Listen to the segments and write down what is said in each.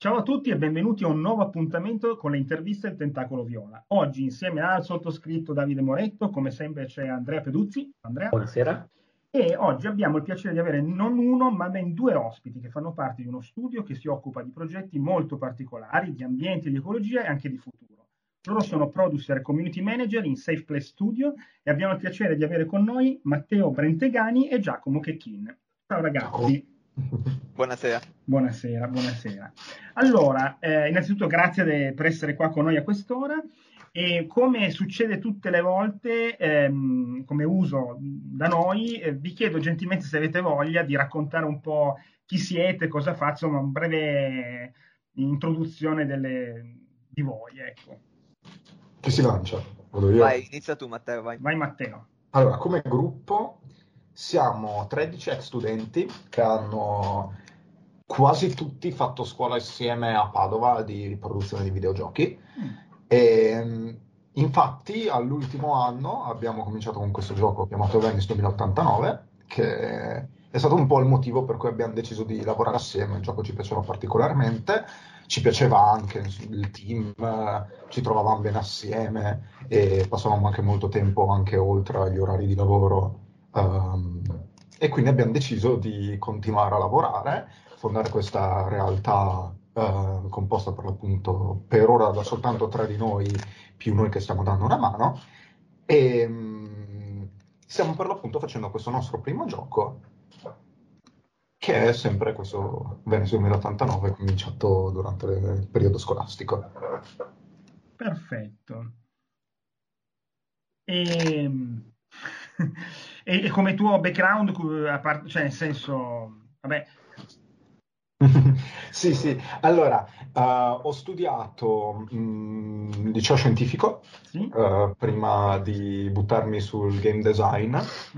Ciao a tutti e benvenuti a un nuovo appuntamento con le interviste del Tentacolo Viola. Oggi insieme al sottoscritto Davide Moretto, come sempre c'è Andrea Peduzzi. Andrea. Buonasera. E oggi abbiamo il piacere di avere non uno, ma ben due ospiti che fanno parte di uno studio che si occupa di progetti molto particolari, di ambiente, di ecologia e anche di futuro. Loro sono producer e community manager in Safe Place Studio e abbiamo il piacere di avere con noi Matteo Brentegani e Giacomo Checchin. Ciao ragazzi. Buonasera. Buonasera. Allora, innanzitutto grazie per essere qua con noi a quest'ora. E come succede tutte le volte, come uso da noi, vi chiedo gentilmente se avete voglia di raccontare un po' chi siete, cosa fate, insomma, una breve introduzione di voi, ecco. Chi si lancia? Vado io? Vai, inizia tu Matteo, vai. Vai Matteo. Allora, come gruppo siamo 13 ex studenti che hanno quasi tutti fatto scuola insieme a Padova di produzione di videogiochi. E infatti all'ultimo anno abbiamo cominciato con questo gioco chiamato Venice 2089, che è stato un po' il motivo per cui abbiamo deciso di lavorare assieme. Il gioco ci piaceva particolarmente, ci piaceva anche il team, ci trovavamo bene assieme e passavamo anche molto tempo anche oltre gli orari di lavoro, e quindi abbiamo deciso di continuare a lavorare, fondare questa realtà composta per l'appunto per ora da soltanto 3 di noi, più noi che stiamo dando una mano, e stiamo per l'appunto facendo questo nostro primo gioco, che è sempre questo Venice 2089 cominciato durante il periodo scolastico. Perfetto. E come tuo background, cioè nel senso, vabbè. Sì, allora ho studiato liceo scientifico, sì? Prima di buttarmi sul game design,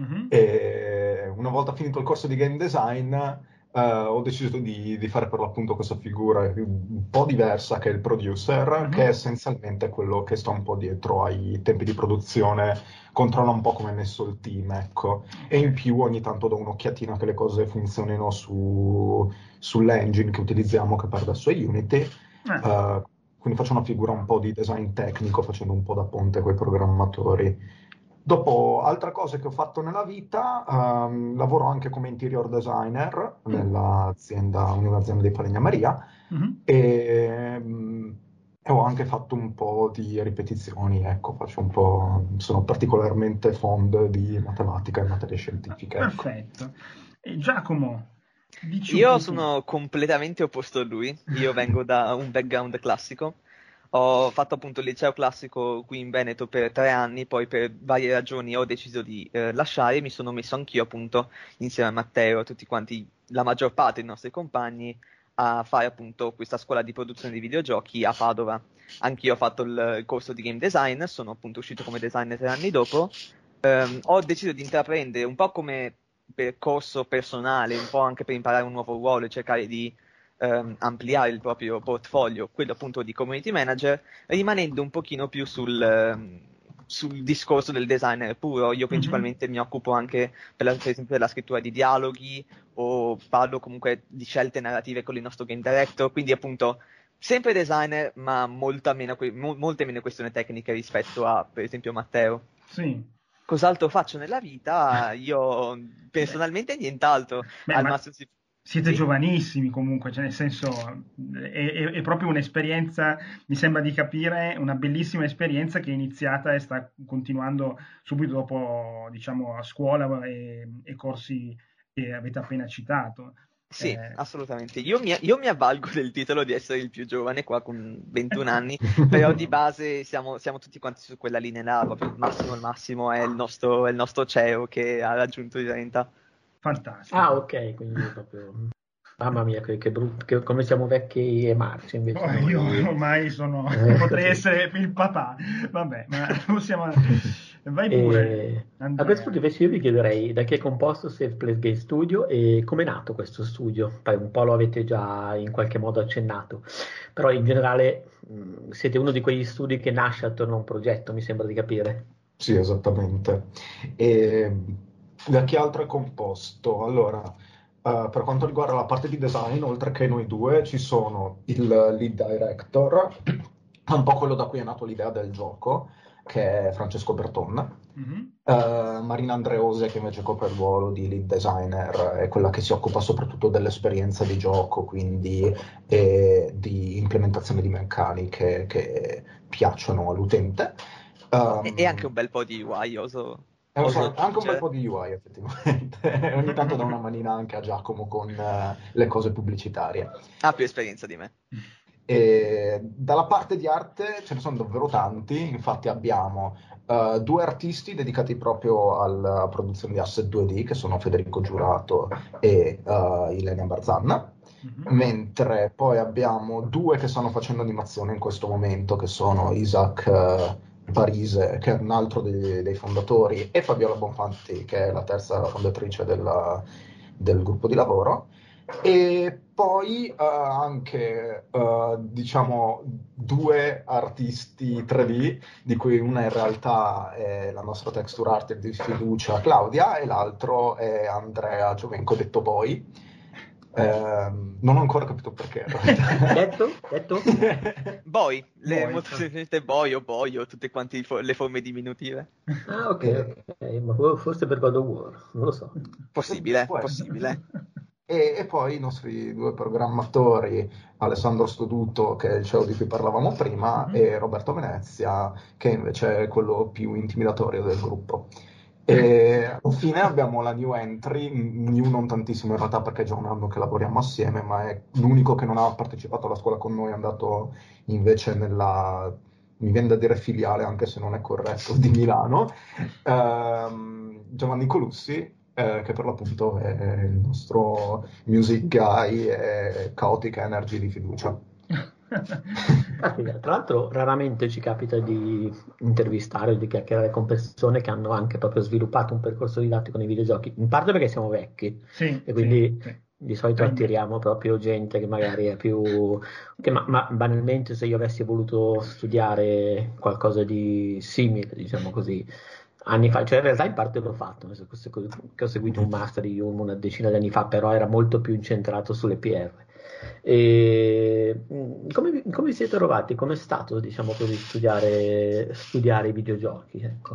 e una volta finito il corso di game design ho deciso di fare per l'appunto questa figura un po' diversa, che è il producer, che è essenzialmente quello che sta un po' dietro ai tempi di produzione, controlla un po' come è messo il team, ecco, e in più ogni tanto do un'occhiatina che le cose funzionino sull'engine che utilizziamo, che per adesso è Unity. Quindi faccio una figura un po' di design tecnico, facendo un po' da ponte coi programmatori. Dopo, altre cose che ho fatto nella vita, lavoro anche come interior designer un'azienda di Falegnameria, e ho anche fatto un po' di ripetizioni, ecco, sono particolarmente fond di matematica e materie scientifiche. Perfetto. E Giacomo? Io sono completamente opposto a lui, io vengo da un background classico, ho fatto appunto il liceo classico qui in Veneto per 3 anni, poi per varie ragioni ho deciso di lasciare e mi sono messo anch'io appunto insieme a Matteo e a tutti quanti, la maggior parte dei nostri compagni, a fare appunto questa scuola di produzione di videogiochi a Padova. Anch'io ho fatto il corso di game design, sono appunto uscito come designer 3 anni dopo. Ho deciso di intraprendere un po' come percorso personale, un po' anche per imparare un nuovo ruolo e cercare di ampliare il proprio portfolio, quello appunto di community manager, rimanendo un pochino più sul discorso del designer puro. Io principalmente mi occupo anche per esempio della scrittura di dialoghi, o parlo comunque di scelte narrative con il nostro game director, quindi appunto sempre designer, ma molte meno questioni tecniche rispetto a, per esempio, Matteo. Sì. Cos'altro faccio nella vita? Io personalmente nient'altro. Al massimo siete sì? giovanissimi comunque, cioè nel senso è proprio un'esperienza, mi sembra di capire, una bellissima esperienza che è iniziata e sta continuando subito dopo, diciamo, a scuola e corsi che avete appena citato. Sì, assolutamente. Io mi avvalgo del titolo di essere il più giovane qua con 21 anni, però di base siamo tutti quanti su quella linea là, proprio il massimo è il nostro CEO che ha raggiunto i 30. Fantastico. Ah, ok, quindi proprio... Mamma mia, che brutto, come siamo vecchi e marci invece. Io ormai potrei essere il papà, vabbè, ma possiamo... Vai pure, a questo punto invece io vi chiederei da chi è composto Safe Place Game Studio e come è nato questo studio. Poi un po' lo avete già in qualche modo accennato, però in generale siete uno di quegli studi che nasce attorno a un progetto, mi sembra di capire. Sì, esattamente. E da chi altro è composto? Allora, Per quanto riguarda la parte di design, oltre che noi due, ci sono il lead director, un po' quello da cui è nato l'idea del gioco, che è Francesco Berton. Marina Andreose, che invece copre il ruolo di lead designer, è quella che si occupa soprattutto dell'esperienza di gioco, quindi di implementazione di meccaniche che piacciono all'utente. E anche un bel po' di UI, oso Anche un bel aggiungere. po' di UI, effettivamente. Ogni tanto do una manina anche a Giacomo con le cose pubblicitarie. Ha più esperienza di me. E dalla parte di arte ce ne sono davvero tanti, infatti abbiamo due artisti dedicati proprio alla produzione di asset 2D, che sono Federico Giurato e Ilenia Barzanna, mentre poi abbiamo due che stanno facendo animazione in questo momento, che sono Isaac Parise, che è un altro dei fondatori, e Fabiola Bonfanti, che è la terza fondatrice del gruppo di lavoro. E poi anche, diciamo, due artisti 3D, di cui una in realtà è la nostra texture artist di fiducia, Claudia, e l'altro è Andrea Giovenco, detto Boy. Non ho ancora capito perché. Detto? Boy, Boy. molto semplicemente Boy o Boy o tutte quante le forme diminutive. Ah, ok, ma forse per God of War, non lo so. Possibile. E poi i nostri due programmatori, Alessandro Stoduto, che è il CEO di cui parlavamo prima, e Roberto Venezia, che invece è quello più intimidatorio del gruppo. E infine abbiamo la new entry, new non tantissimo in realtà perché è già un anno che lavoriamo assieme, ma è l'unico che non ha partecipato alla scuola con noi, è andato invece nella, mi viene da dire filiale anche se non è corretto, di Milano, Giovanni Colussi, che per l'appunto è il nostro music guy e chaotic energy di fiducia. Tra l'altro raramente ci capita di intervistare o di chiacchierare con persone che hanno anche proprio sviluppato un percorso didattico nei videogiochi, in parte perché siamo vecchi e quindi di solito attiriamo proprio gente che magari è più... ma banalmente se io avessi voluto studiare qualcosa di simile, diciamo così, anni fa, cioè in realtà in parte l'ho fatto, nel senso che ho seguito un master di una decina di anni fa, però era molto più incentrato sulle PR. E come vi siete trovati? Com'è stato, diciamo così, studiare i videogiochi? Ecco.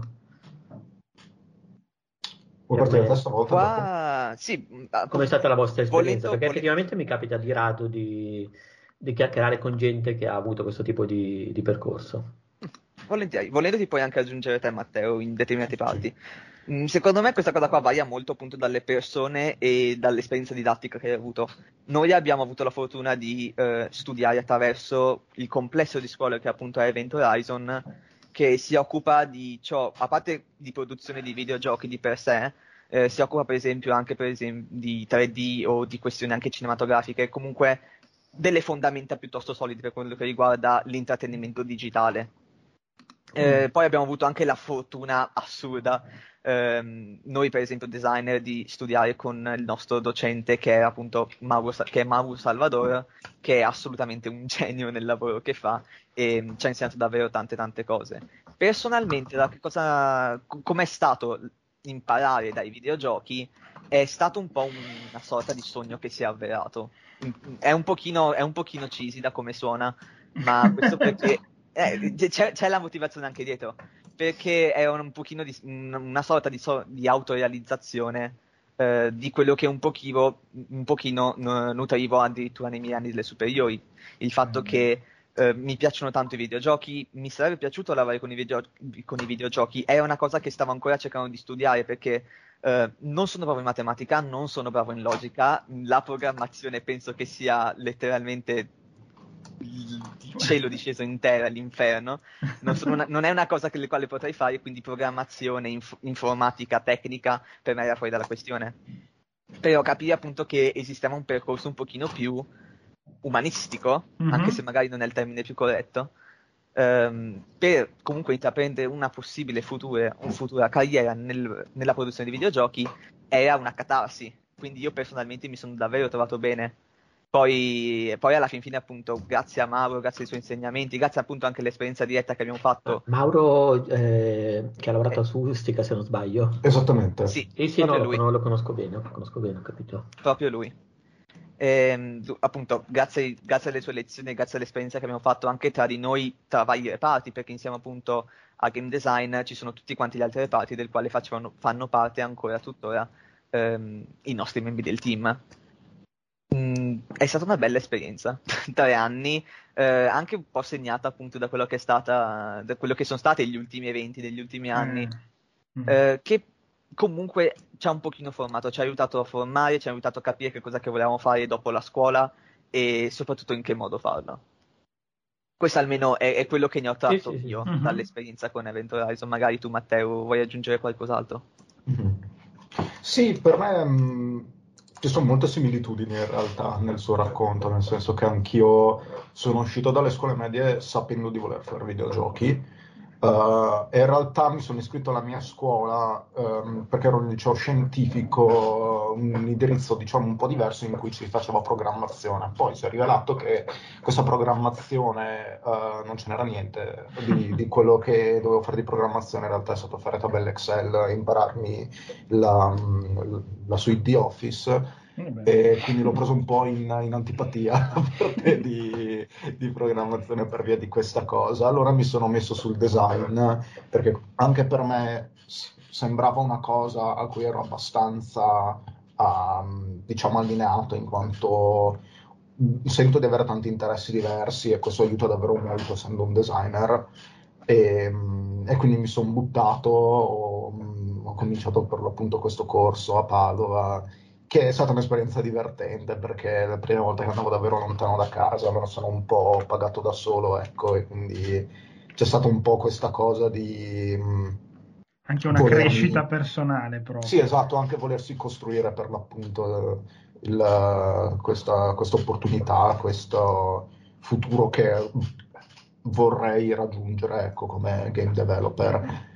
Vuoi partire da stavolta? Qua, sì. Com'è stata la vostra esperienza? Perché volendo... effettivamente mi capita di rado di chiacchierare con gente che ha avuto questo tipo di percorso. Volentieri, volendo ti puoi anche aggiungere te, Matteo, in determinate parti. Secondo me questa cosa qua varia molto appunto dalle persone e dall'esperienza didattica che hai avuto. Noi abbiamo avuto la fortuna di studiare attraverso il complesso di scuole che appunto è Event Horizon, che si occupa di ciò, a parte di produzione di videogiochi di per sé, si occupa per esempio di 3D o di questioni anche cinematografiche, comunque delle fondamenta piuttosto solide per quello che riguarda l'intrattenimento digitale. Poi abbiamo avuto anche la fortuna assurda, noi per esempio designer, di studiare con il nostro docente che è appunto Mauro Salvador, che è assolutamente un genio nel lavoro che fa e ci ha insegnato davvero tante cose. Personalmente, com'è stato imparare dai videogiochi è stato un po' una sorta di sogno che si è avverato. È un pochino cheesy da come suona, ma questo perché c'è la motivazione anche dietro, perché è un pochino una sorta di autorealizzazione di quello che un pochino nutrivo addirittura nei miei anni delle superiori. Il fatto che mi piacciono tanto i videogiochi, mi sarebbe piaciuto lavorare con i videogiochi, è una cosa che stavo ancora cercando di studiare perché non sono bravo in matematica, non sono bravo in logica, la programmazione penso che sia letteralmente il cielo disceso in terra, l'inferno, non è una cosa le quale potrei fare, quindi programmazione, informatica, tecnica, per me era fuori dalla questione. Però capire appunto che esisteva un percorso un pochino più umanistico, anche se magari non è il termine più corretto, per comunque intraprendere una possibile futura carriera nella produzione di videogiochi, era una catarsi. Quindi io personalmente mi sono davvero trovato bene. Poi alla fin fine, appunto, grazie a Mauro, grazie ai suoi insegnamenti, grazie appunto anche all'esperienza diretta che abbiamo fatto. Mauro, che ha lavorato su Ustica, se non sbaglio. Esattamente. Sì, Sì, no, proprio lui. lo conosco bene, ho capito. Proprio lui. Appunto, grazie alle sue lezioni, grazie all'esperienza che abbiamo fatto anche tra di noi, tra vari reparti, perché insieme appunto a game design ci sono tutti quanti gli altri reparti del quale fanno parte ancora tuttora i nostri membri del team. È stata una bella esperienza, 3 anni, anche un po' segnata appunto da quello che sono stati gli ultimi eventi degli ultimi anni, che comunque ci ha un pochino formato, ci ha aiutato a formare, ci ha aiutato a capire che cosa che volevamo fare dopo la scuola e soprattutto in che modo farlo. Questo almeno è quello che ne ho tratto io dall'esperienza con Event Horizon. Magari tu, Matteo, vuoi aggiungere qualcos'altro? Sì, per me ci sono molte similitudini in realtà nel suo racconto, nel senso che anch'io sono uscito dalle scuole medie sapendo di voler fare videogiochi. E in realtà mi sono iscritto alla mia scuola perché ero un liceo scientifico, un indirizzo diciamo un po' diverso in cui si faceva programmazione. Poi si è rivelato che questa programmazione non ce n'era niente di quello che dovevo fare di programmazione. In realtà è stato fare tabelle Excel, impararmi la suite di Office. E quindi l'ho preso un po' in antipatia a parte di programmazione per via di questa cosa. Allora mi sono messo sul design perché anche per me sembrava una cosa a cui ero abbastanza diciamo allineato, in quanto sento di avere tanti interessi diversi e questo aiuta davvero molto essendo un designer. E quindi mi sono buttato, ho cominciato per l'appunto questo corso a Padova, che è stata un'esperienza divertente perché è la prima volta che andavo davvero lontano da casa, me lo sono un po' pagato da solo, ecco, e quindi c'è stata un po' questa cosa di anche una crescita personale proprio. Sì, esatto, anche volersi costruire per l'appunto questa opportunità, questo futuro che vorrei raggiungere, ecco, come game developer.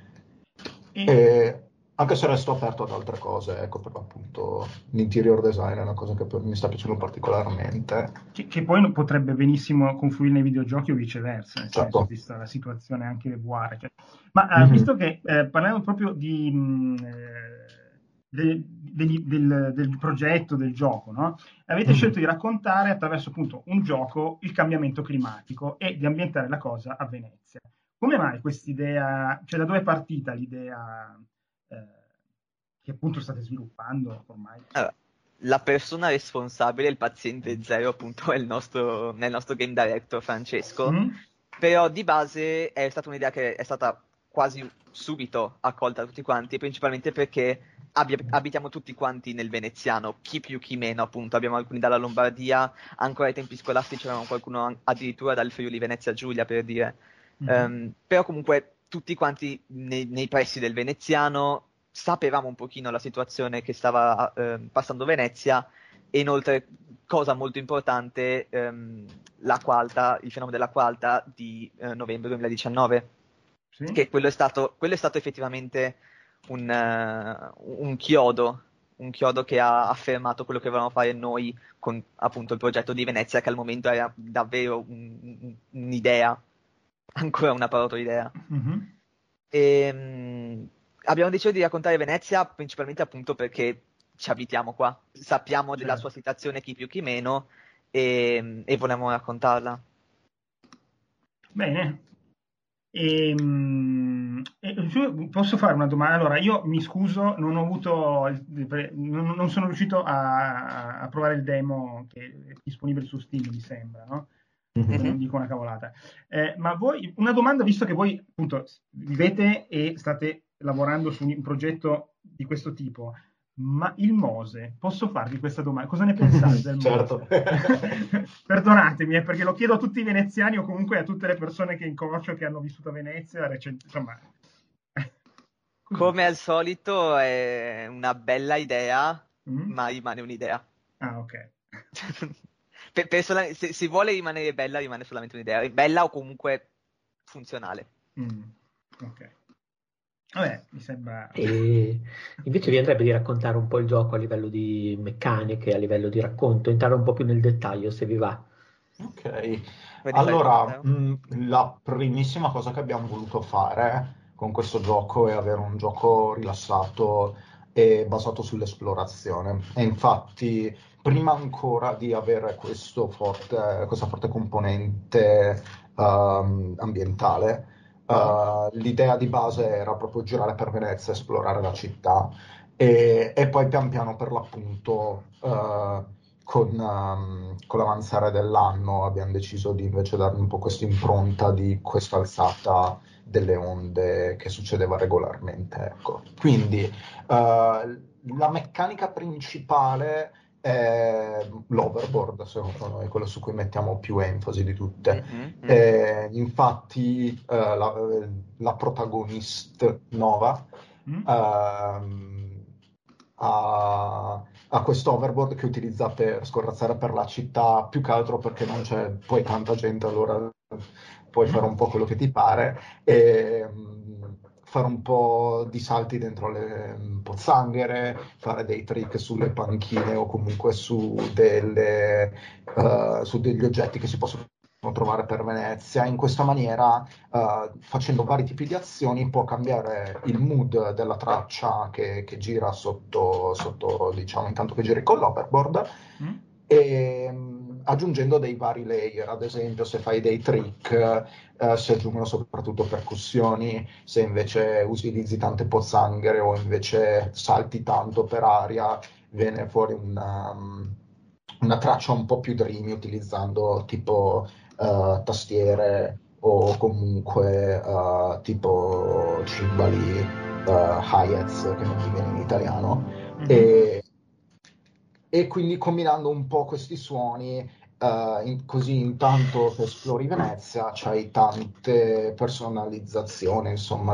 E anche se resto aperto ad altre cose, ecco, per l'appunto l'interior design è una cosa che mi sta piacendo particolarmente. Che poi potrebbe benissimo confluire nei videogiochi o viceversa, nel senso, vista la situazione anche VR. Cioè. Ma visto che parlando proprio del progetto, del gioco, no? Avete scelto di raccontare attraverso appunto un gioco il cambiamento climatico e di ambientare la cosa a Venezia. Come mai quest'idea, cioè da dove è partita l'idea che appunto state sviluppando ormai? Allora, la persona responsabile, il paziente zero, appunto, è il nostro game director Francesco. Però di base è stata un'idea che è stata quasi subito accolta da tutti quanti, principalmente perché abitiamo tutti quanti nel veneziano, chi più chi meno, appunto. Abbiamo alcuni dalla Lombardia, ancora ai tempi scolastici avevamo qualcuno addirittura dal Friuli Venezia Giulia, per dire. Però comunque tutti quanti nei pressi del veneziano sapevamo un pochino la situazione che stava passando Venezia e inoltre, cosa molto importante, il fenomeno dell'acqua alta di novembre 2019, che quello è stato effettivamente un chiodo che ha affermato quello che volevamo fare noi con appunto il progetto di Venezia, che al momento era davvero un'idea, ancora una proto-idea. Abbiamo deciso di raccontare Venezia principalmente appunto perché ci abitiamo qua, sappiamo della sua situazione chi più chi meno e volevamo raccontarla. Bene. Posso fare una domanda? Allora, io mi scuso, non ho avuto, non sono riuscito a provare il demo che è disponibile su Steam, mi sembra, no? Non dico una cavolata. Ma voi, una domanda, visto che voi appunto vivete e state lavorando su un progetto di questo tipo, ma il Mose, posso farvi questa domanda? Cosa ne pensate del Certo. Mose? Perdonatemi, perché lo chiedo a tutti i veneziani o comunque a tutte le persone che incrocio che hanno vissuto a Venezia insomma. Come al solito è una bella idea, ma rimane un'idea. Ah, ok. Se vuole rimanere bella, rimane solamente un'idea. Bella o comunque funzionale. Ok. Vabbè, mi sembra... E invece vi andrebbe di raccontare un po' il gioco a livello di meccaniche, a livello di racconto, entrare un po' più nel dettaglio se vi va. Ok, Vuoi fare tu, allora, Matteo? la primissima cosa che abbiamo voluto fare con questo gioco è avere un gioco rilassato e basato sull'esplorazione. E infatti, prima ancora di avere questa forte componente ambientale, l'idea di base era proprio girare per Venezia, esplorare la città e poi pian piano per l'appunto con l'avanzare dell'anno abbiamo deciso di invece dare un po' questa impronta di questa alzata delle onde che succedeva regolarmente. Ecco. Quindi la meccanica principale è l'overboard, secondo noi, quello su cui mettiamo più enfasi di tutte. Mhm, mhm. Infatti la protagonista Nova Mm? ehm, ha questo overboard che utilizza per scorrazzare per la città, più che altro perché non c'è poi tanta gente, allora puoi fare Mm? un po' quello che ti pare e fare un po' di salti dentro le pozzanghere, fare dei trick sulle panchine o comunque su degli oggetti che si possono trovare per Venezia. In questa maniera, facendo vari tipi di azioni, può cambiare il mood della traccia che gira sotto, diciamo, intanto che giri con l'overboard Mm? e aggiungendo dei vari layer, ad esempio se fai dei trick si aggiungono soprattutto percussioni, se invece utilizzi tante pozzanghere o invece salti tanto per aria viene fuori una traccia un po' più dreamy utilizzando tipo tastiere o comunque tipo cimbali, hi-hats che non mi viene in italiano Mhm. e, e quindi combinando un po' questi suoni, così intanto che esplori Venezia c'hai tante personalizzazioni, insomma,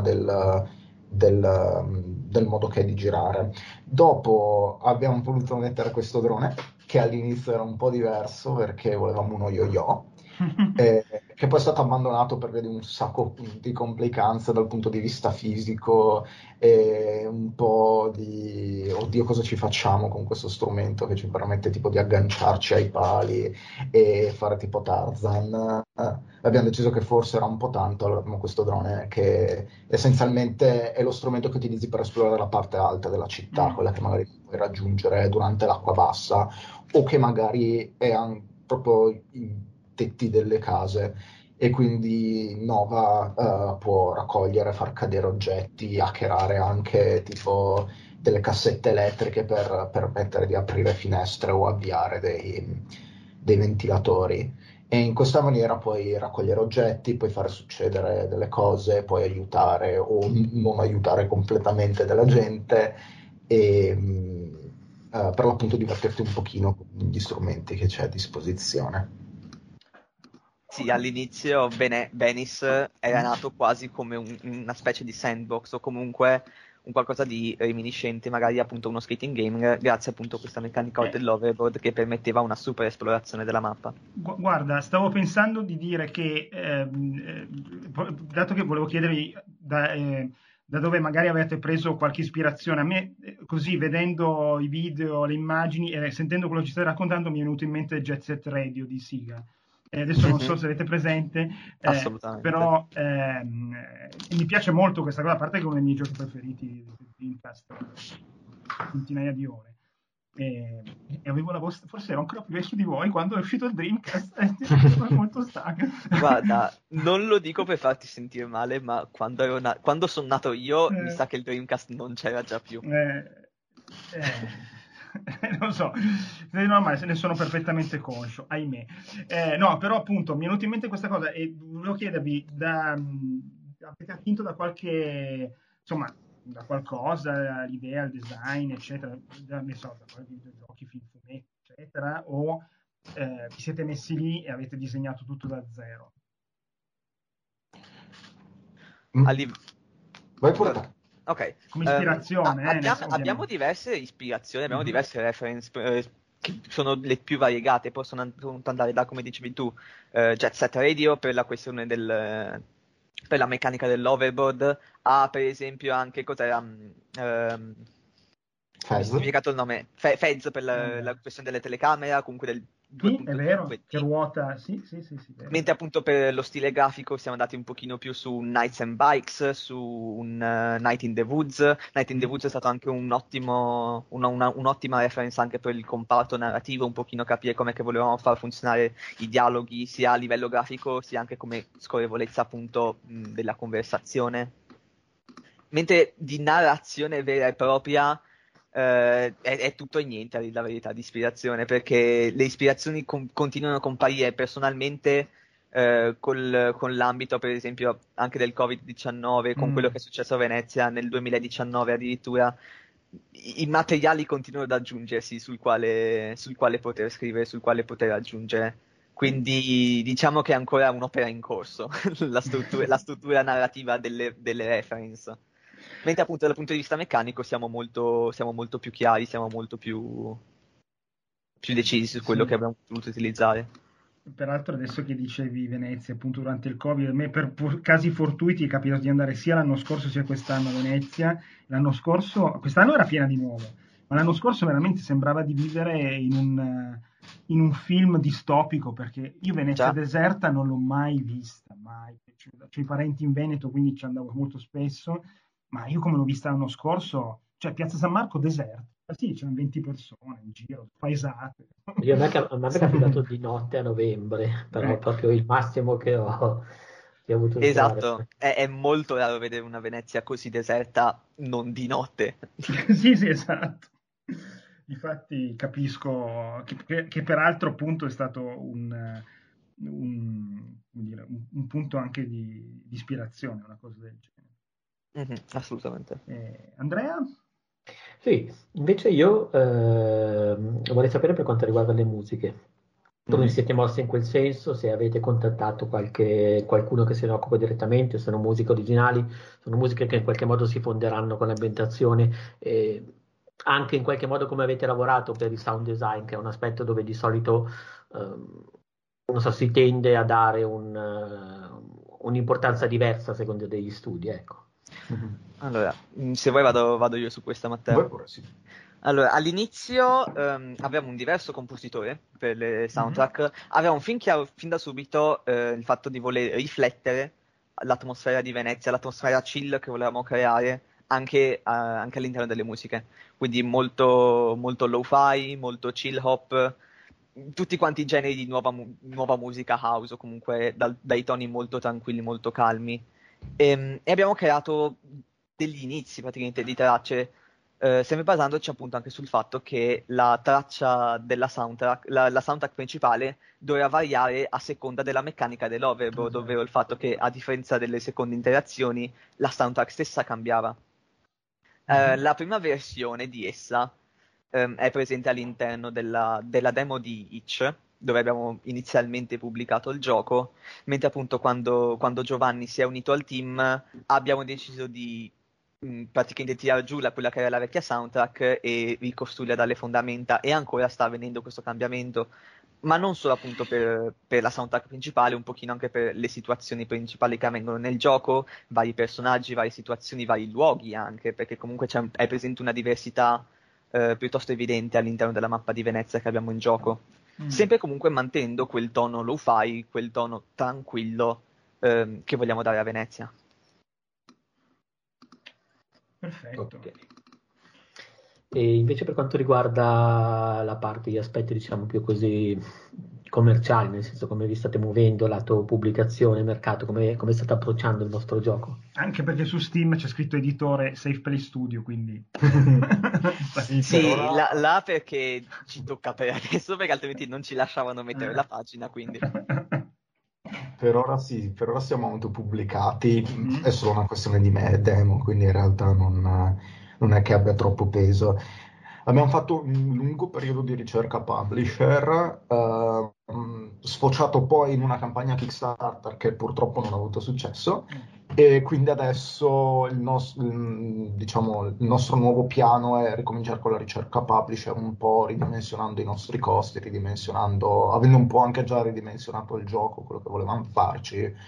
del modo che è di girare. Dopo abbiamo voluto mettere questo drone, che all'inizio era un po' diverso perché volevamo uno yo-yo, che poi è stato abbandonato per via di un sacco di complicanze dal punto di vista fisico e un po' di oddio cosa ci facciamo con questo strumento che ci permette tipo di agganciarci ai pali e fare tipo Tarzan. Abbiamo deciso che forse era un po' tanto, allora abbiamo questo drone che essenzialmente è lo strumento che utilizzi per esplorare la parte alta della città, Mm. quella che magari puoi raggiungere durante l'acqua bassa o che magari è proprio i tetti delle case e quindi Nova può raccogliere, far cadere oggetti, hackerare anche tipo delle cassette elettriche per permettere di aprire finestre o avviare dei ventilatori. E in questa maniera puoi raccogliere oggetti, puoi fare succedere delle cose, puoi aiutare o non aiutare completamente della gente e per l'appunto divertirti un pochino con gli strumenti che c'è a disposizione. Sì, all'inizio Venice era nato quasi come una specie di sandbox o comunque un qualcosa di reminiscente, magari appunto uno skating game, grazie appunto a questa meccanica Eh, dell'overboard che permetteva una super esplorazione della mappa. Guarda, stavo pensando di dire che, dato che volevo chiedervi da dove magari avete preso qualche ispirazione, a me così vedendo i video, le immagini e sentendo quello che ci state raccontando mi è venuto in mente Jet Set Radio di Siga. Adesso non so Mhm, se avete presente, assolutamente. però mi piace molto questa cosa, a parte che è uno dei miei giochi preferiti di Dreamcast, centinaia di ore. E avevo la voce, forse ero ancora più vecchio di voi quando è uscito il Dreamcast, ero molto stanco. Guarda, non lo dico per farti sentire male, ma quando sono nato io, mi Eh, sa che il Dreamcast non c'era già più. eh, non so, no, ma se ne sono perfettamente conscio, ahimè. No, però appunto mi è venuta in mente questa cosa e volevo chiedervi, avete attinto da qualche, insomma, da qualcosa, l'idea, il design, eccetera, ne so, da qualche videogiochi, film, fumetti, eccetera, o vi siete messi lì e avete disegnato tutto da zero? Mm. A liv- Vai pure te. Ok, Come ispirazione, abbiamo ovviamente. diverse ispirazioni, abbiamo Mhm. diverse reference che sono le più variegate, possono andare da, come dicevi tu, Jet Set Radio per la questione per la meccanica dell'overboard, ha per esempio anche cos'era Fez. mi il nome, Fez per la questione delle telecamere, comunque del Sì, è vero, 2.5D. che ruota, sì, vero. Mentre appunto per lo stile grafico siamo andati un pochino più su Knights and Bikes, su un Night in the Woods. Night in the Woods è stato anche un'ottima reference anche per il comparto narrativo, un pochino capire come che volevamo far funzionare i dialoghi sia a livello grafico sia anche come scorrevolezza appunto della conversazione. Mentre di narrazione vera e propria è tutto e niente, a dire la verità, di ispirazione, perché le ispirazioni continuano a comparire personalmente con l'ambito, per esempio, anche del Covid-19, con quello che è successo a Venezia nel 2019 addirittura. I materiali continuano ad aggiungersi sul quale poter scrivere, sul quale poter aggiungere. Quindi diciamo che è ancora un'opera in corso, la struttura narrativa delle reference. Mentre appunto dal punto di vista meccanico siamo molto più chiari, siamo molto più decisi su quello che abbiamo voluto utilizzare. Peraltro adesso che dicevi Venezia, appunto durante il Covid, a me per casi fortuiti è capitato di andare sia l'anno scorso sia quest'anno a Venezia. Quest'anno era piena di nuovo, ma l'anno scorso veramente sembrava di vivere in un film distopico, perché io Venezia deserta non l'ho mai vista, mai. C'ho i parenti in Veneto, quindi ci andavo molto spesso, ma io come l'ho vista l'anno scorso, cioè Piazza San Marco deserta. Sì, c'erano 20 persone in giro, paesate. A me è capitato di notte a novembre, però è proprio il massimo che ho avuto. Esatto, è molto raro vedere una Venezia così deserta non di notte. Sì, esatto. Infatti capisco che peraltro appunto è stato un punto anche di ispirazione, una cosa del genere. Assolutamente. Andrea? Sì, invece io vorrei sapere per quanto riguarda le musiche. Come siete mossi in quel senso? Se avete contattato qualcuno che se ne occupa direttamente, sono musiche originali, sono musiche che in qualche modo si fonderanno con l'ambientazione, anche in qualche modo come avete lavorato per il sound design, che è un aspetto dove di solito non so, si tende a dare un'importanza diversa a seconda degli studi, ecco. Allora, se vuoi vado io su questa, Matteo. Vuoi pure, sì. Allora, all'inizio avevamo un diverso compositore per le soundtrack, avevamo fin chiaro, fin da subito, il fatto di voler riflettere l'atmosfera di Venezia, l'atmosfera chill che volevamo creare anche all'interno delle musiche, quindi molto, molto lo-fi, molto chill hop, tutti quanti i generi di nuova musica house o comunque dai toni molto tranquilli, molto calmi. E abbiamo creato degli inizi praticamente di tracce, sempre basandoci appunto anche sul fatto che la traccia della soundtrack, la soundtrack principale doveva variare a seconda della meccanica dell'overboard, ovvero il fatto che a differenza delle seconde interazioni la soundtrack stessa cambiava. La prima versione di essa è presente all'interno della demo di Itch, dove abbiamo inizialmente pubblicato il gioco, mentre appunto quando Giovanni si è unito al team abbiamo deciso di praticamente tirare giù quella che era la vecchia soundtrack e ricostruirla dalle fondamenta, e ancora sta avvenendo questo cambiamento, ma non solo appunto per la soundtrack principale, un pochino anche per le situazioni principali che avvengono nel gioco, vari personaggi, varie situazioni, vari luoghi anche, perché comunque è presente una diversità piuttosto evidente all'interno della mappa di Venezia che abbiamo in gioco. Sempre comunque mantenendo quel tono lo-fi, quel tono tranquillo che vogliamo dare a Venezia. Perfetto. Okay. E invece per quanto riguarda la parte, gli aspetti diciamo più così commerciali, nel senso come vi state muovendo, lato pubblicazione, mercato, come state approcciando il vostro gioco? Anche perché su Steam c'è scritto editore Safe Play Studio, quindi... Sì, là perché ci tocca per adesso, perché altrimenti non ci lasciavano mettere la pagina, quindi... Per ora sì, per ora siamo autopubblicati, è solo una questione di demo, quindi in realtà non è che abbia troppo peso. Abbiamo fatto un lungo periodo di ricerca publisher, sfociato poi in una campagna Kickstarter che purtroppo non ha avuto successo, e quindi adesso il nostro nuovo piano è ricominciare con la ricerca publisher, un po' ridimensionando i nostri costi, avendo un po' anche già ridimensionato il gioco, quello che volevamo farci,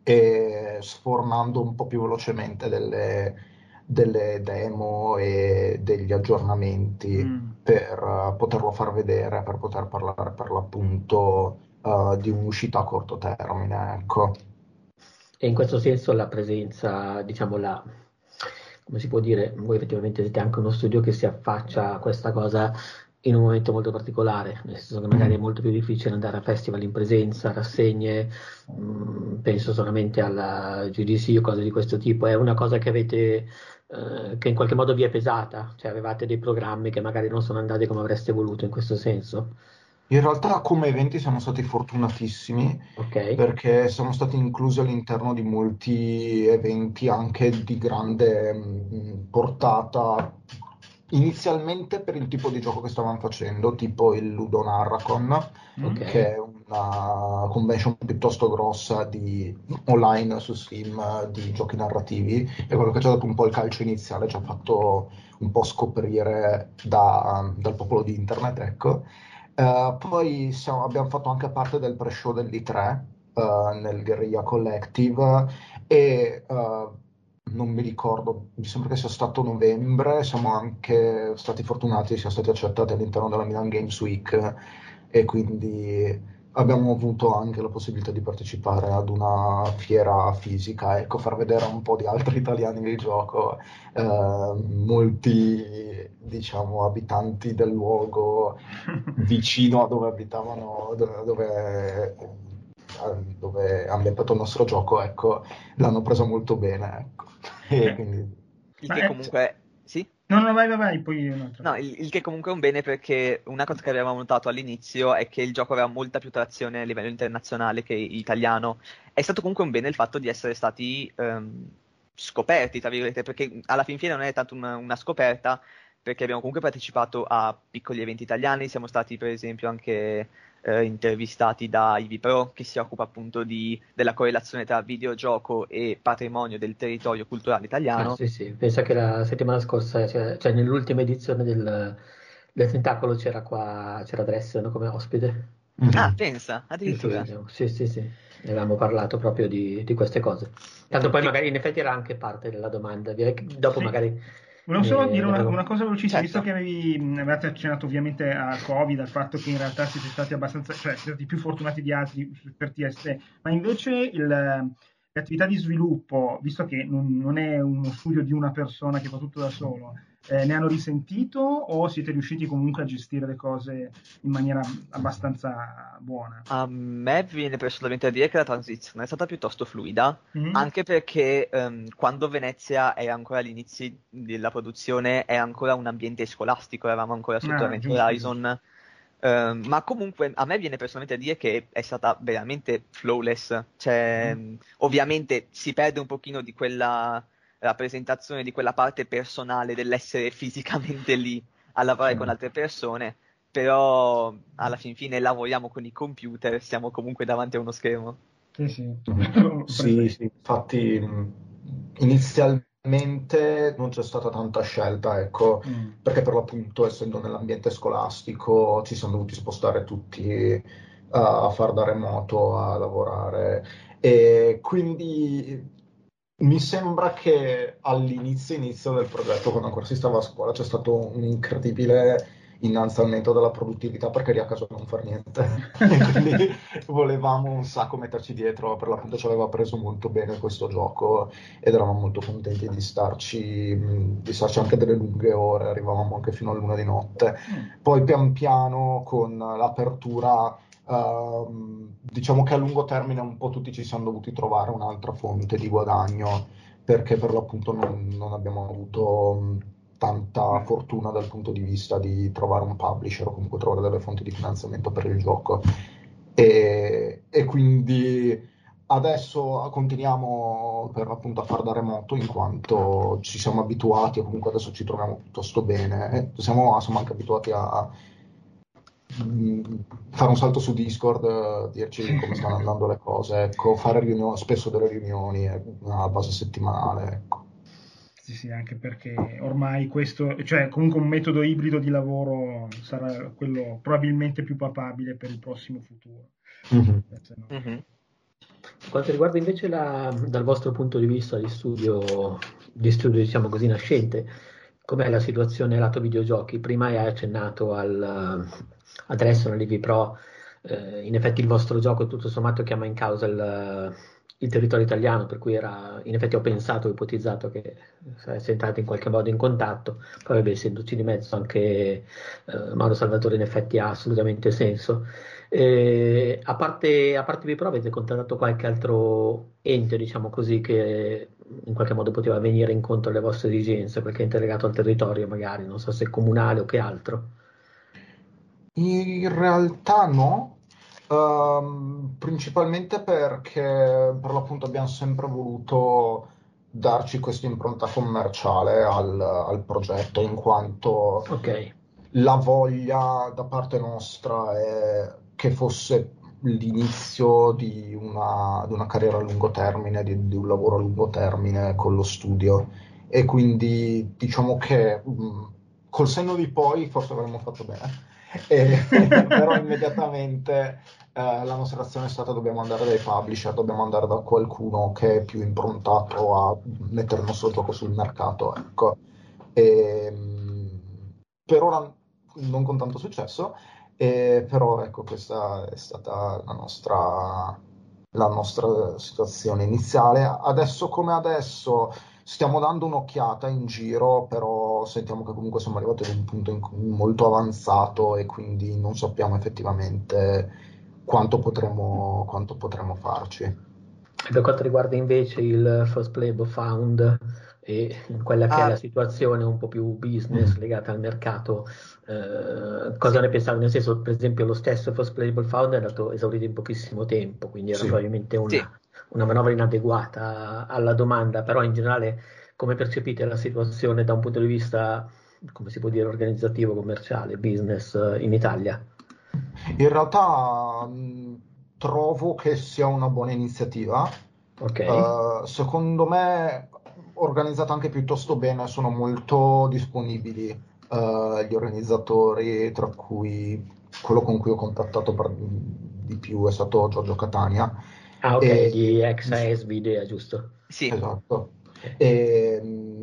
e sfornando un po' più velocemente delle demo e degli aggiornamenti per poterlo far vedere, per poter parlare per l'appunto di un'uscita a corto termine, ecco. E in questo senso la presenza, diciamo, come si può dire, voi effettivamente siete anche uno studio che si affaccia a questa cosa in un momento molto particolare, nel senso che magari è molto più difficile andare a festival in presenza, rassegne, penso solamente alla GDC o cose di questo tipo. È una cosa che avete, che in qualche modo vi è pesata, cioè avevate dei programmi che magari non sono andati come avreste voluto in questo senso? In realtà come eventi siamo stati fortunatissimi Ok, perché siamo stati inclusi all'interno di molti eventi anche di grande portata, inizialmente per il tipo di gioco che stavamo facendo, tipo il Ludo Narracon, ok. che è una convention piuttosto grossa online su Steam di giochi narrativi, e quello che ci ha dato un po' il calcio iniziale, ci ha fatto un po' scoprire dal popolo di internet, ecco. Poi abbiamo fatto anche parte del pre-show dell'E3 nel Guerrilla Collective e non mi ricordo, mi sembra che sia stato novembre, siamo anche stati fortunati, siamo stati accettati all'interno della Milan Games Week e quindi abbiamo avuto anche la possibilità di partecipare ad una fiera fisica, ecco, far vedere un po' di altri italiani del gioco, molti, diciamo, abitanti del luogo vicino a dove abitavano, dove è ambientato il nostro gioco, ecco, l'hanno preso molto bene, ecco. E quindi... Il Ma che comunque... Sì? No, no, vai, poi un'altra No, cosa. il che comunque è un bene, perché una cosa che avevamo notato all'inizio è che il gioco aveva molta più trazione a livello internazionale che italiano. È stato comunque un bene il fatto di essere stati scoperti, tra virgolette, perché alla fin fine non è tanto una scoperta, perché abbiamo comunque partecipato a piccoli eventi italiani, siamo stati per esempio anche intervistati da Ivy Pro, che si occupa appunto della correlazione tra videogioco e patrimonio del territorio culturale Ah, italiano. sì, sì, pensa che la settimana scorsa, cioè nell'ultima edizione del Tentacolo c'era Dressel come ospite. Ah, Mhm. pensa, Sì, sì, addirittura. sì, sì, sì, ne avevamo parlato proprio di queste cose. Tanto poi Che- magari in effetti era anche parte della domanda, direi che dopo Sì. magari Volevo solo dire ne una avevo... cosa velocissima, visto Certo. che avevate accennato ovviamente a Covid, al fatto che in realtà siete stati abbastanza, cioè siete stati più fortunati di altri per TS, ma invece le attività di sviluppo, visto che non è uno studio di una persona che fa tutto da solo, ne hanno risentito o siete riusciti comunque a gestire le cose in maniera abbastanza buona? A me viene personalmente a dire che la transizione è stata piuttosto fluida, Mhm. anche perché quando Venezia era ancora all'inizio della produzione era ancora un ambiente scolastico, eravamo ancora sotto Ah, Event giusto, giusto. Horizon, ma comunque a me viene personalmente a dire che è stata veramente flawless, cioè Mhm. ovviamente si perde un pochino di quella rappresentazione, di quella parte personale dell'essere fisicamente lì a lavorare con altre persone, però alla fin fine lavoriamo con i computer, siamo comunque davanti a uno schermo. Sì, sì, ho Sì, presente. sì, infatti inizialmente non c'è stata tanta scelta, ecco, Mm. perché per l'appunto essendo nell'ambiente scolastico ci siamo dovuti spostare tutti a far da remoto, a lavorare e quindi mi sembra che inizio del progetto, quando ancora si stava a scuola, c'è stato un incredibile innalzamento della produttività perché eri a casa a non far niente. E quindi volevamo un sacco metterci dietro, per l'appunto ci aveva preso molto bene questo gioco ed eravamo molto contenti di starci anche delle lunghe ore, arrivavamo anche fino a luna di notte. Mm. Poi pian piano con l'apertura, diciamo che a lungo termine un po' tutti ci siamo dovuti trovare un'altra fonte di guadagno perché per l'appunto non abbiamo avuto tanta fortuna dal punto di vista di trovare un publisher o comunque trovare delle fonti di finanziamento per il gioco. E quindi adesso continuiamo per l'appunto a far da remoto in quanto ci siamo abituati e comunque adesso ci troviamo piuttosto bene. Siamo anche abituati a fare un salto su Discord, dirci come stanno andando le cose, ecco, fare spesso delle riunioni a base settimanale, ecco. Sì, sì, anche perché ormai questo, cioè comunque un metodo ibrido di lavoro sarà quello probabilmente più papabile per il prossimo futuro. Mhm. Se no- Mhm. Per quanto riguarda invece dal vostro punto di vista di studio diciamo così nascente, com'è la situazione lato videogiochi? Prima hai accennato adesso nell'Eevee Pro, in effetti il vostro gioco tutto sommato chiama in causa il territorio italiano, per cui in effetti ho pensato, ho ipotizzato che sareste entrati in qualche modo in contatto, poi vabbè, essendoci di mezzo anche Mauro Salvatore in effetti ha assolutamente senso. A parte Vipro, avete contattato qualche altro ente, diciamo così, che in qualche modo poteva venire incontro alle vostre esigenze, qualche ente legato al territorio magari, non so se comunale o che altro. In realtà no, principalmente perché per l'appunto abbiamo sempre voluto darci questa impronta commerciale al progetto, in quanto Ok, la voglia da parte nostra è che fosse l'inizio di una carriera a lungo termine, di un lavoro a lungo termine con lo studio. E quindi diciamo che col senno di poi forse avremmo fatto bene. Però immediatamente la nostra azione è stata: dobbiamo andare dai publisher, dobbiamo andare da qualcuno che è più improntato a mettere il nostro gioco sul mercato, ecco. E, per ora non con tanto successo, però ecco, questa è stata la nostra situazione iniziale. Adesso come adesso stiamo dando un'occhiata in giro, però sentiamo che comunque siamo arrivati ad un punto molto avanzato e quindi non sappiamo effettivamente quanto potremo farci. e per quanto riguarda invece il First Playable Found e quella che è la Ah, situazione un po' più business Mm. legata al mercato, cosa sì, ne pensate? Nel senso, per esempio, lo stesso First Playable Found è andato esaurito in pochissimo tempo, quindi era Sì. probabilmente sì. una manovra inadeguata alla domanda, però in generale come percepite la situazione da un punto di vista, come si può dire, organizzativo, commerciale, business in Italia? In realtà trovo che sia una buona iniziativa. Ok, Secondo me, organizzata anche piuttosto bene, sono molto disponibili gli organizzatori, tra cui quello con cui ho contattato di più è stato Giorgio Catania. ah ok, di E, ex AS Video, giusto? Sì, esatto. Ok. E,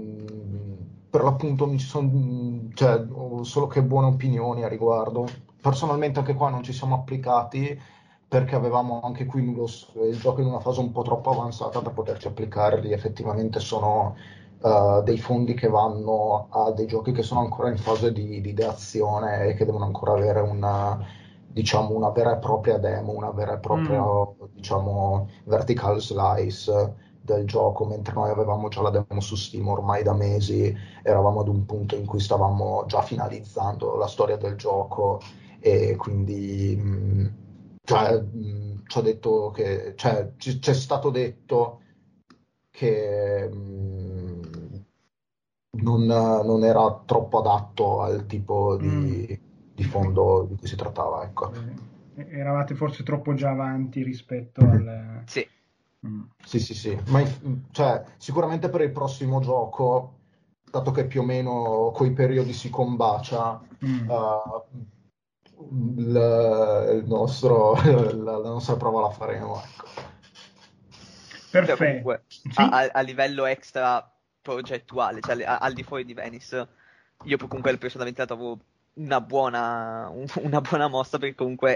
per l'appunto cioè, ho solo che buone opinioni a riguardo. Personalmente anche qua non ci siamo applicati perché avevamo anche qui il gioco in una fase un po' troppo avanzata da poterci applicare. Lì effettivamente sono dei fondi che vanno a dei giochi che sono ancora in fase di ideazione e che devono ancora avere diciamo, una vera e propria demo, una vera e propria, Mm. diciamo, vertical slice del gioco, mentre noi avevamo già la demo su Steam ormai da mesi, eravamo ad un punto in cui stavamo già finalizzando la storia del gioco e quindi ci ha detto che, cioè, c'è stato detto che non era troppo adatto al tipo Mm. di fondo di cui si trattava, ecco. Eravate forse troppo già avanti rispetto al... sì. Mm. Sì, sì, sì, ma cioè, sicuramente per il prossimo gioco, dato che più o meno coi periodi si combacia, Mm. la nostra prova la faremo, ecco. Però Perfetto. comunque Sì? a livello extra progettuale, cioè al di fuori di Venice, io comunque personalmente la trovo una buona mossa perché comunque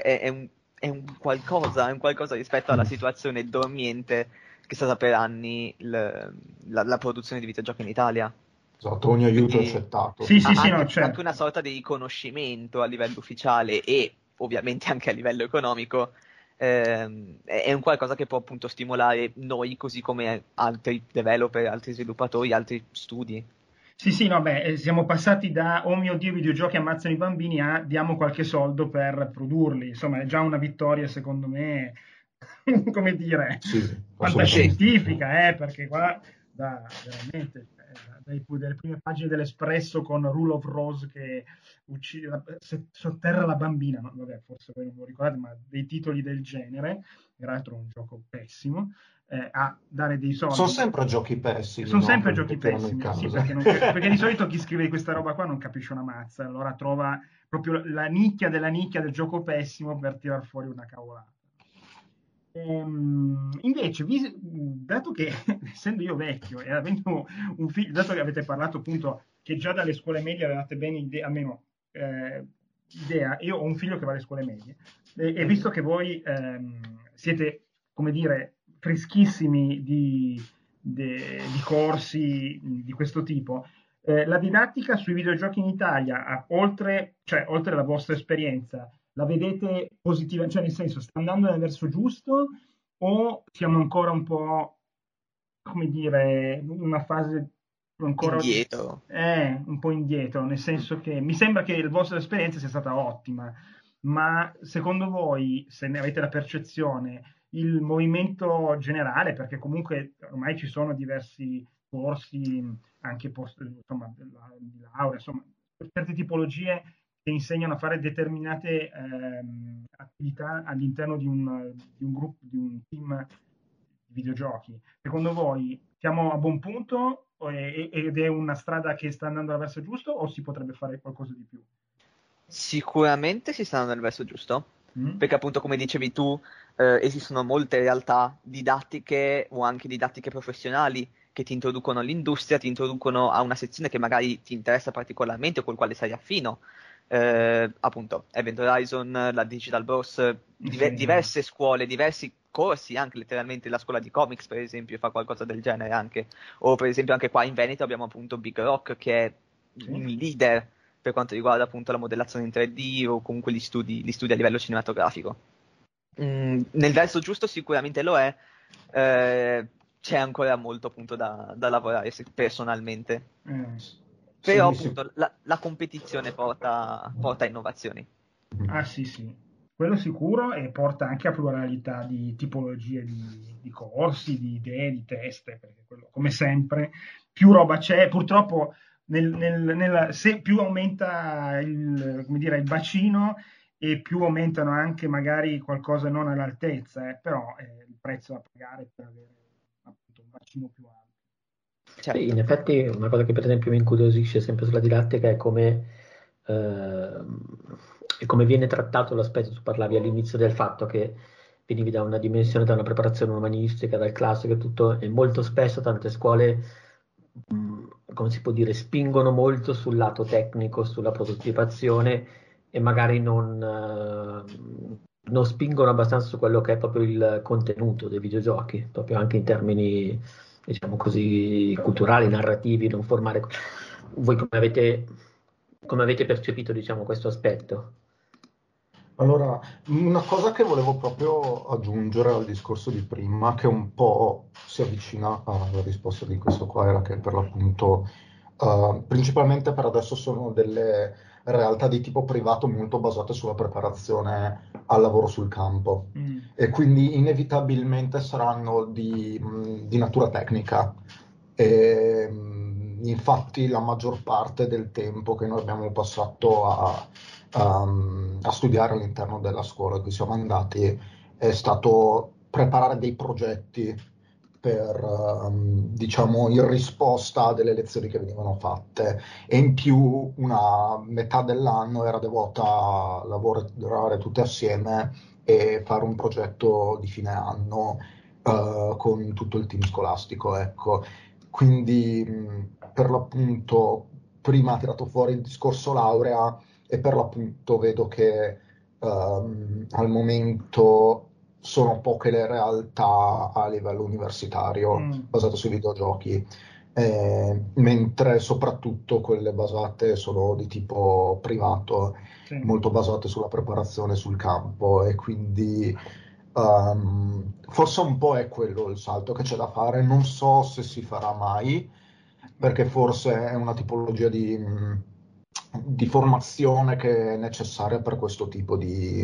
è un qualcosa rispetto alla Mm. situazione dormiente che è stata per anni la produzione di videogiochi in Italia. Esatto, ogni aiuto è Quindi accettato, Sì, sì, sì, sì. sì, no, anche certo. una sorta di riconoscimento a livello ufficiale e ovviamente anche a livello economico è un qualcosa che può appunto stimolare noi così come altri developer, altri sviluppatori, altri studi. Sì, sì, no, beh, siamo passati da oh mio Dio, i videogiochi ammazzano i bambini a diamo qualche soldo per produrli. Insomma, è già una vittoria, secondo me, come dire, Sì, Sì, assolutamente. fantascientifica, perché qua veramente dalle prime pagine dell'Espresso con Rule of Rose che sotterra la bambina, no, vabbè, forse voi non ve lo ricordate, ma dei titoli del genere, tra l'altro un gioco pessimo, a dare dei Sono soldi. sempre giochi pessimi, Sono no? sempre Quelli giochi che tirano in pessimi, sì, casa. perché di solito chi scrive questa roba qua non capisce una mazza, allora trova proprio la nicchia della nicchia del gioco pessimo per tirar fuori una cavolata. Invece, dato che essendo io vecchio e avendo un figlio, dato che avete parlato appunto che già dalle scuole medie avevate bene idea, almeno idea, io ho un figlio che va alle scuole medie e visto che voi siete, come dire, freschissimi di corsi di questo tipo, la didattica sui videogiochi in Italia, oltre alla vostra esperienza, la vedete positiva, cioè nel senso sta andando nel verso giusto o siamo ancora un po', come dire, in una fase ancora indietro? un po' indietro, nel senso che mi sembra che la vostra esperienza sia stata ottima, ma secondo voi, se ne avete la percezione, il movimento generale, perché comunque ormai ci sono diversi corsi, anche insomma, di laurea, insomma, per certe tipologie che insegnano a fare determinate attività all'interno di un gruppo, di un team di videogiochi. Secondo voi siamo a buon punto ed è una strada che sta andando verso giusto o si potrebbe fare qualcosa di più? Sicuramente si sta andando nel verso giusto, Mm? perché appunto come dicevi tu, esistono molte realtà didattiche o anche didattiche professionali che ti introducono all'industria, ti introducono a una sezione che magari ti interessa particolarmente o col quale sei affino. Appunto, Event Horizon, la Digital Bros, Sì. diverse scuole, diversi corsi, anche letteralmente la scuola di comics, per esempio, fa qualcosa del genere anche. O per esempio anche qua in Veneto abbiamo appunto Big Rock, che è un leader per quanto riguarda appunto la modellazione in 3D o comunque gli studi a livello cinematografico. Nel verso giusto sicuramente lo è, c'è ancora molto appunto da lavorare personalmente. Però Sì, appunto la competizione porta a innovazioni. Ah sì, sì, quello sicuro e porta anche a pluralità di tipologie di corsi, di idee, di teste, perché quello, come sempre, più roba c'è, purtroppo se più aumenta come dire, il bacino e più aumentano anche magari qualcosa non all'altezza, però il prezzo da pagare per avere appunto un bacino più alto. Certo. Sì, in effetti una cosa che per esempio mi incuriosisce sempre sulla didattica è come viene trattato l'aspetto, tu parlavi all'inizio del fatto che venivi da una dimensione, da una preparazione umanistica, dal classico e tutto, e molto spesso tante scuole, come si può dire, spingono molto sul lato tecnico, sulla prototipazione e magari non spingono abbastanza su quello che è proprio il contenuto dei videogiochi, proprio anche in termini, diciamo così, culturali, narrativi, non formare. Voi come avete percepito, diciamo, questo aspetto? Allora, una cosa che volevo proprio aggiungere al discorso di prima, che un po' si avvicina alla risposta di questo qua, era che per l'appunto, principalmente per adesso sono delle realtà di tipo privato molto basate sulla preparazione al lavoro sul campo e quindi inevitabilmente saranno di natura tecnica. E, infatti la maggior parte del tempo che noi abbiamo passato a studiare all'interno della scuola in cui siamo andati è stato preparare dei progetti per, diciamo, in risposta a delle lezioni che venivano fatte e in più una metà dell'anno era devota a lavorare tutte assieme e fare un progetto di fine anno con tutto il team scolastico, ecco. Quindi per l'appunto prima ha tirato fuori il discorso laurea e per l'appunto vedo che al momento sono poche le realtà a livello universitario basate sui videogiochi, mentre soprattutto quelle basate solo di tipo privato, Sì. molto basate sulla preparazione sul campo e quindi forse un po' è quello il salto che c'è da fare, non so se si farà mai, perché forse è una tipologia di formazione che è necessaria per questo tipo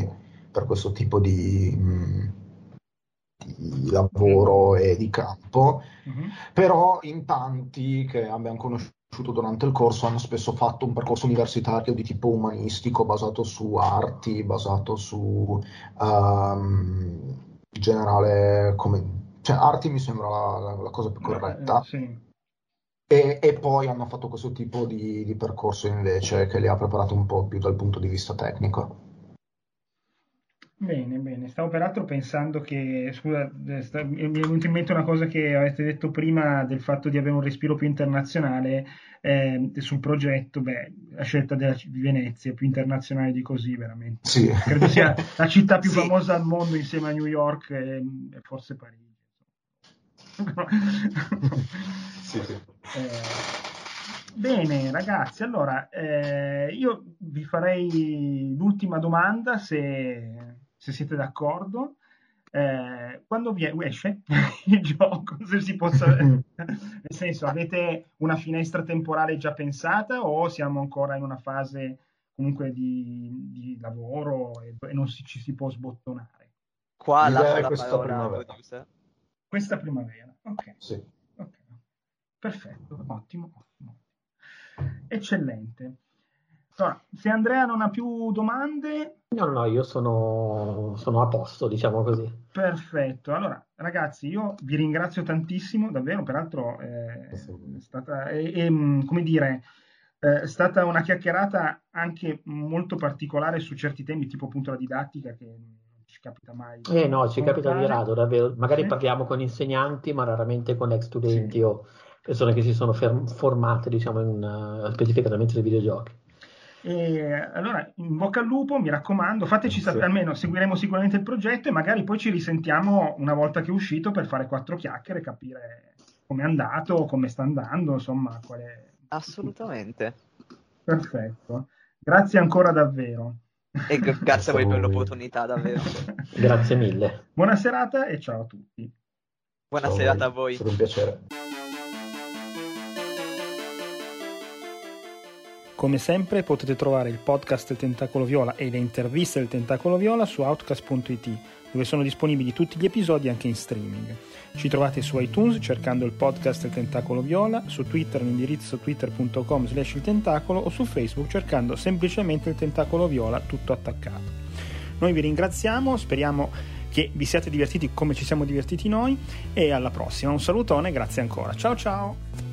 di lavoro e di campo, però in tanti che abbiamo conosciuto durante il corso hanno spesso fatto un percorso universitario di tipo umanistico basato su arti, basato su in generale cioè arti mi sembra la cosa più corretta. Sì. E poi hanno fatto questo tipo di percorso invece che li ha preparati un po' più dal punto di vista tecnico. Bene. Stavo peraltro pensando che, scusa, mi è venuta in mente una cosa che avete detto prima del fatto di avere un respiro più internazionale sul progetto. La scelta di Venezia è più internazionale di così, veramente. Sì. Credo sia la città più famosa al mondo insieme a New York e forse Parigi. Sì. Bene, ragazzi, allora io vi farei l'ultima domanda, se siete d'accordo. Quando esce il gioco, se si possa, nel senso, avete una finestra temporale già pensata o siamo ancora in una fase comunque di lavoro e non ci si può sbottonare? Qua lascio la parola al producer. Questa primavera, ok. Sì. Okay. Perfetto, ottimo. Eccellente. Allora, se Andrea non ha più domande... No, io sono a posto, diciamo così. Perfetto. Allora, ragazzi, io vi ringrazio tantissimo, davvero, peraltro è stata, come dire, è stata una chiacchierata anche molto particolare su certi temi, tipo appunto la didattica, che non ci capita mai. No, ci capita di rado, davvero. Magari Sì. Parliamo con insegnanti, ma raramente con ex studenti o persone che si sono formate, diciamo, specificatamente sui videogiochi. E allora, in bocca al lupo, mi raccomando, fateci sapere, almeno seguiremo sicuramente il progetto e magari poi ci risentiamo una volta che è uscito per fare 4 chiacchiere, capire come è andato, come sta andando, insomma. Assolutamente. Perfetto. Grazie ancora davvero. E grazie a voi per l'opportunità, davvero. Grazie mille. Buona serata e ciao a tutti. Buona serata a voi. È stato un piacere. Come sempre potete trovare il podcast del Tentacolo Viola e le interviste del Tentacolo Viola su outcast.it, dove sono disponibili tutti gli episodi anche in streaming. Ci trovate su iTunes cercando il podcast del Tentacolo Viola, su Twitter all'indirizzo twitter.com/iltentacolo o su Facebook cercando semplicemente il Tentacolo Viola tutto attaccato. Noi vi ringraziamo, speriamo che vi siate divertiti come ci siamo divertiti noi e alla prossima. Un salutone, grazie ancora. Ciao ciao!